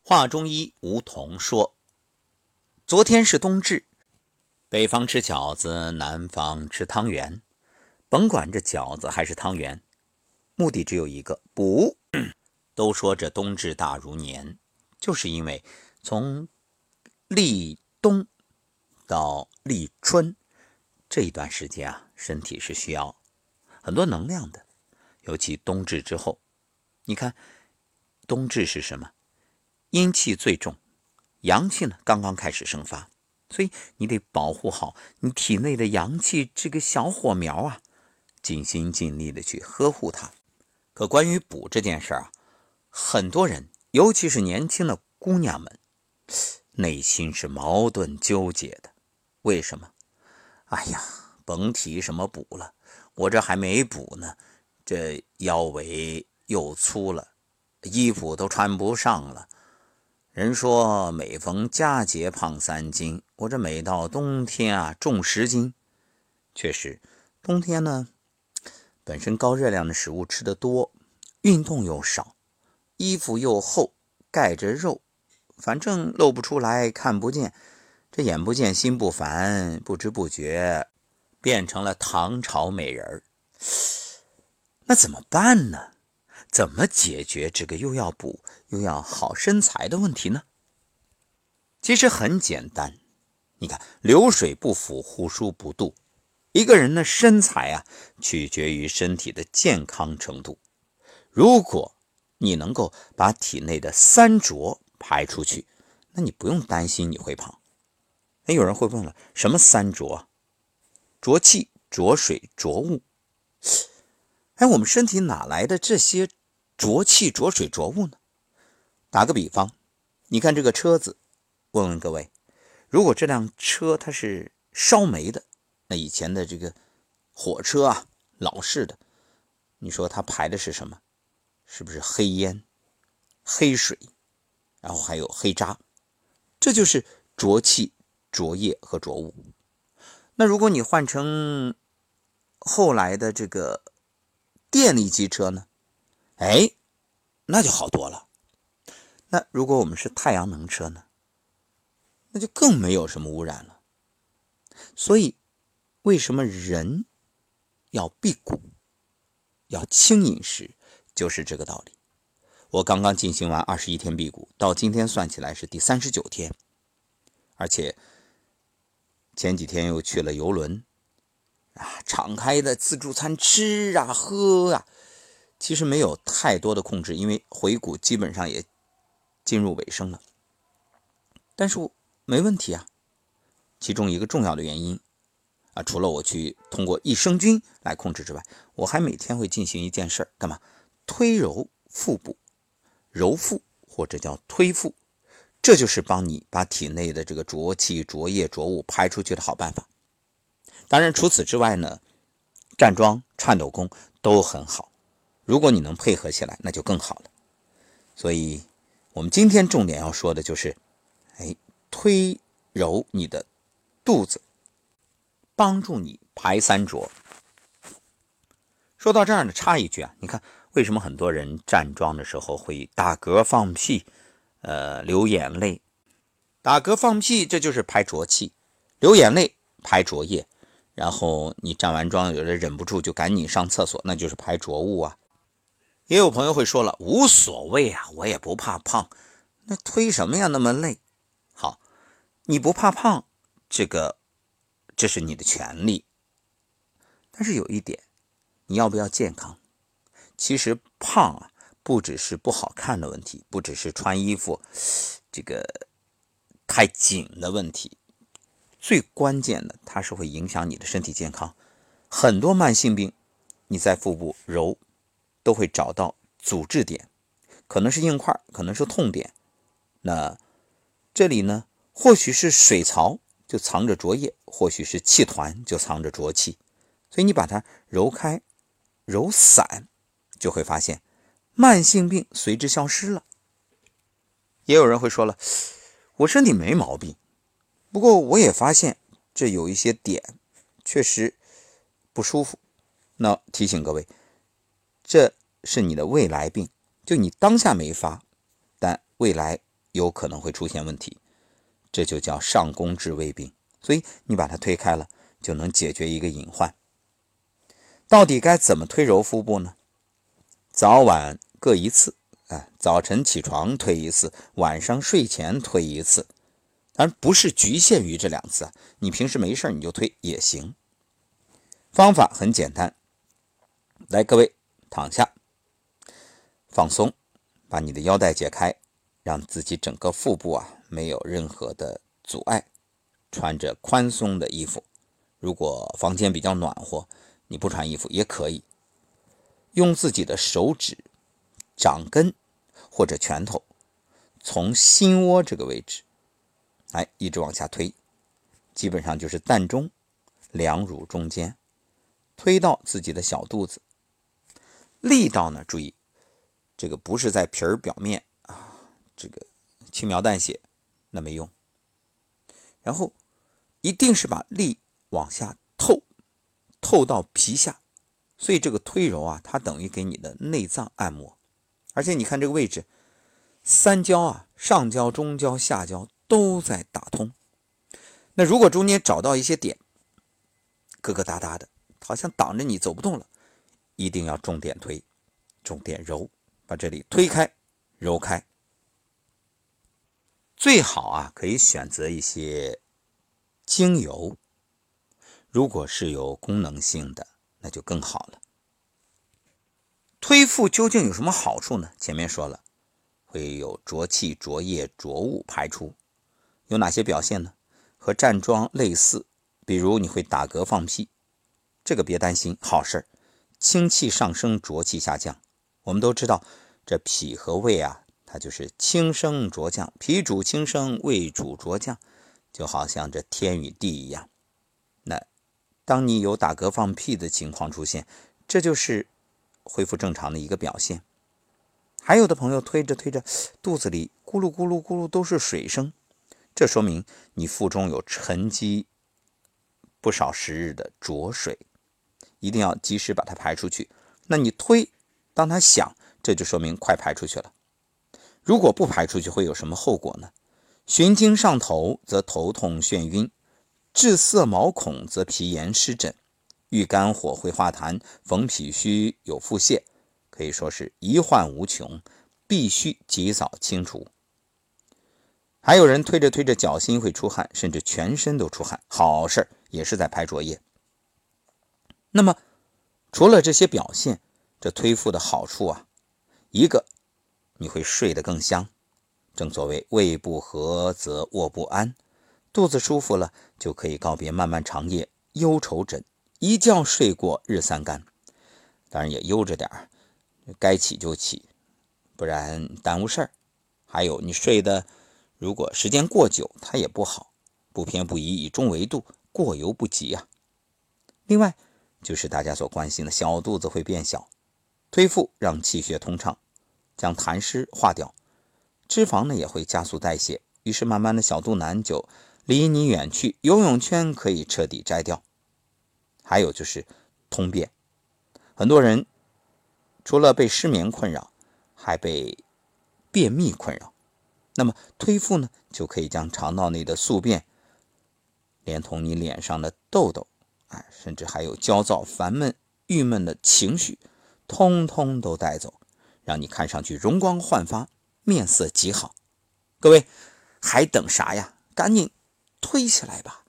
话中医吴桐说，昨天是冬至，北方吃饺子，南方吃汤圆，甭管这饺子还是汤圆，目的只有一个，补。都说这冬至大如年，就是因为从立冬到立春这一段时间啊，身体是需要很多能量的，尤其冬至之后。你看冬至是什么？阴气最重，阳气呢刚刚开始生发，所以你得保护好你体内的阳气这个小火苗啊，尽心尽力的去呵护它。可关于补这件事啊，很多人尤其是年轻的姑娘们内心是矛盾纠结的。为什么？哎呀，甭提什么补了，我这还没补呢，这腰围又粗了，衣服都穿不上了。人说每逢佳节胖3斤，我这每到冬天啊重10斤。确实，冬天呢本身高热量的食物吃得多，运动又少，衣服又厚，盖着肉，反正露不出来，看不见，这眼不见心不烦，不知不觉变成了唐朝美人。那怎么办呢？怎么解决这个又要补又要好身材的问题呢？其实很简单，你看，流水不腐，户枢不蠹。一个人的身材啊，取决于身体的健康程度。如果你能够把体内的3浊排出去，那你不用担心你会胖。有人会问了，什么3浊啊？浊气、浊水、浊物。我们身体哪来的这些浊气、浊水、浊物呢？打个比方，你看这个车子，问问各位，如果这辆车它是烧煤的，那以前的这个火车啊，老式的，你说它排的是什么？是不是黑烟、黑水，然后还有黑渣？这就是浊气、浊液和浊物。那如果你换成后来的这个电力机车呢？那就好多了。那如果我们是太阳能车呢？那就更没有什么污染了。所以为什么人要辟谷，要轻饮食，就是这个道理。我刚刚进行完21天辟谷，到今天算起来是第39天，而且前几天又去了邮轮敞开的自助餐吃啊喝啊，其实没有太多的控制，因为回谷基本上也进入尾声了。但是没问题啊。其中一个重要的原因除了我去通过益生菌来控制之外，我还每天会进行一件事，干嘛？推揉腹部，揉腹或者叫推腹，这就是帮你把体内的这个浊气、浊液、浊物排出去的好办法。当然除此之外呢，站桩、颤抖功都很好，如果你能配合起来那就更好了。所以我们今天重点要说的就是推揉你的肚子，帮助你排3浊。说到这儿呢，插一句啊，你看为什么很多人站桩的时候会打嗝放屁，流眼泪？打嗝放屁这就是排浊气，流眼泪排浊液，然后你站完桩有人忍不住就赶紧上厕所，那就是排浊物啊。也有朋友会说了，无所谓啊，我也不怕胖，那推什么呀那么累？好，你不怕胖，这是你的权利。但是有一点，你要不要健康？其实胖不只是不好看的问题，不只是穿衣服这个太紧的问题，最关键的它是会影响你的身体健康。很多慢性病你在腹部揉都会找到阻滞点，可能是硬块，可能是痛点。那这里呢，或许是水槽就藏着浊液，或许是气团就藏着浊气，所以你把它揉开揉散，就会发现慢性病随之消失了。也有人会说了，我身体没毛病，不过我也发现这有一些点确实不舒服。那提醒各位，这是你的未来病，就你当下没发，但未来有可能会出现问题，这就叫上攻治未病。所以你把它推开了，就能解决一个隐患。到底该怎么推揉腹部呢？早晚各一次，早晨起床推一次，晚上睡前推一次。当然不是局限于这2次，你平时没事你就推也行。方法很简单，来，各位躺下，放松，把你的腰带解开，让自己整个腹部没有任何的阻碍，穿着宽松的衣服。如果房间比较暖和，你不穿衣服也可以。用自己的手指、掌根或者拳头，从心窝这个位置，一直往下推，基本上就是膻中、两乳中间，推到自己的小肚子。力道呢，注意，这个不是在皮儿表面这个轻描淡写，那没用。然后一定是把力往下透到皮下，所以这个推揉它等于给你的内脏按摩。而且你看这个位置，3焦上焦、中焦、下焦都在打通。那如果中间找到一些点疙疙瘩瘩的，好像挡着你走不动了，一定要重点推，重点揉，把这里推开揉开。最好可以选择一些精油，如果是有功能性的那就更好了。推腹究竟有什么好处呢？前面说了，会有浊气、浊液、浊物排出。有哪些表现呢？和站桩类似，比如你会打嗝放屁，这个别担心，好事，清气上升，浊气下降。我们都知道这脾和胃它就是清升浊降，脾主清升，胃主浊降，就好像这天与地一样。那当你有打嗝放屁的情况出现，这就是恢复正常的一个表现。还有的朋友推着推着，肚子里咕噜咕噜咕噜都是水声，这说明你腹中有沉积不少时日的浊水，一定要及时把它排出去。那你推，当它响，这就说明快排出去了。如果不排出去会有什么后果呢？循经上头则头痛眩晕，滞涩毛孔则皮炎湿疹，遇肝火会化痰，逢脾虚有腹泻，可以说是疑患无穷，必须及早清除。还有人推着推着脚心会出汗，甚至全身都出汗，好事，也是在排浊液。那么除了这些表现，这推腹的好处一个，你会睡得更香。正所谓胃不和则卧不安，肚子舒服了就可以告别漫漫长夜、忧愁枕，一觉睡过日三竿。当然也悠着点，该起就起，不然耽误事儿。还有你睡的如果时间过久，它也不好，不偏不倚，以中为度，过犹不及另外就是大家所关心的小肚子会变小，推腹让气血通畅，将痰湿化掉，脂肪呢也会加速代谢，于是慢慢的小肚腩就离你远去，游泳圈可以彻底摘掉。还有就是通便，很多人除了被失眠困扰，还被便秘困扰，那么推腹呢就可以将肠道内的宿便，连同你脸上的痘痘，甚至还有焦躁、烦闷、郁闷的情绪，通通都带走，让你看上去容光焕发，面色极好。各位还等啥呀？赶紧推起来吧。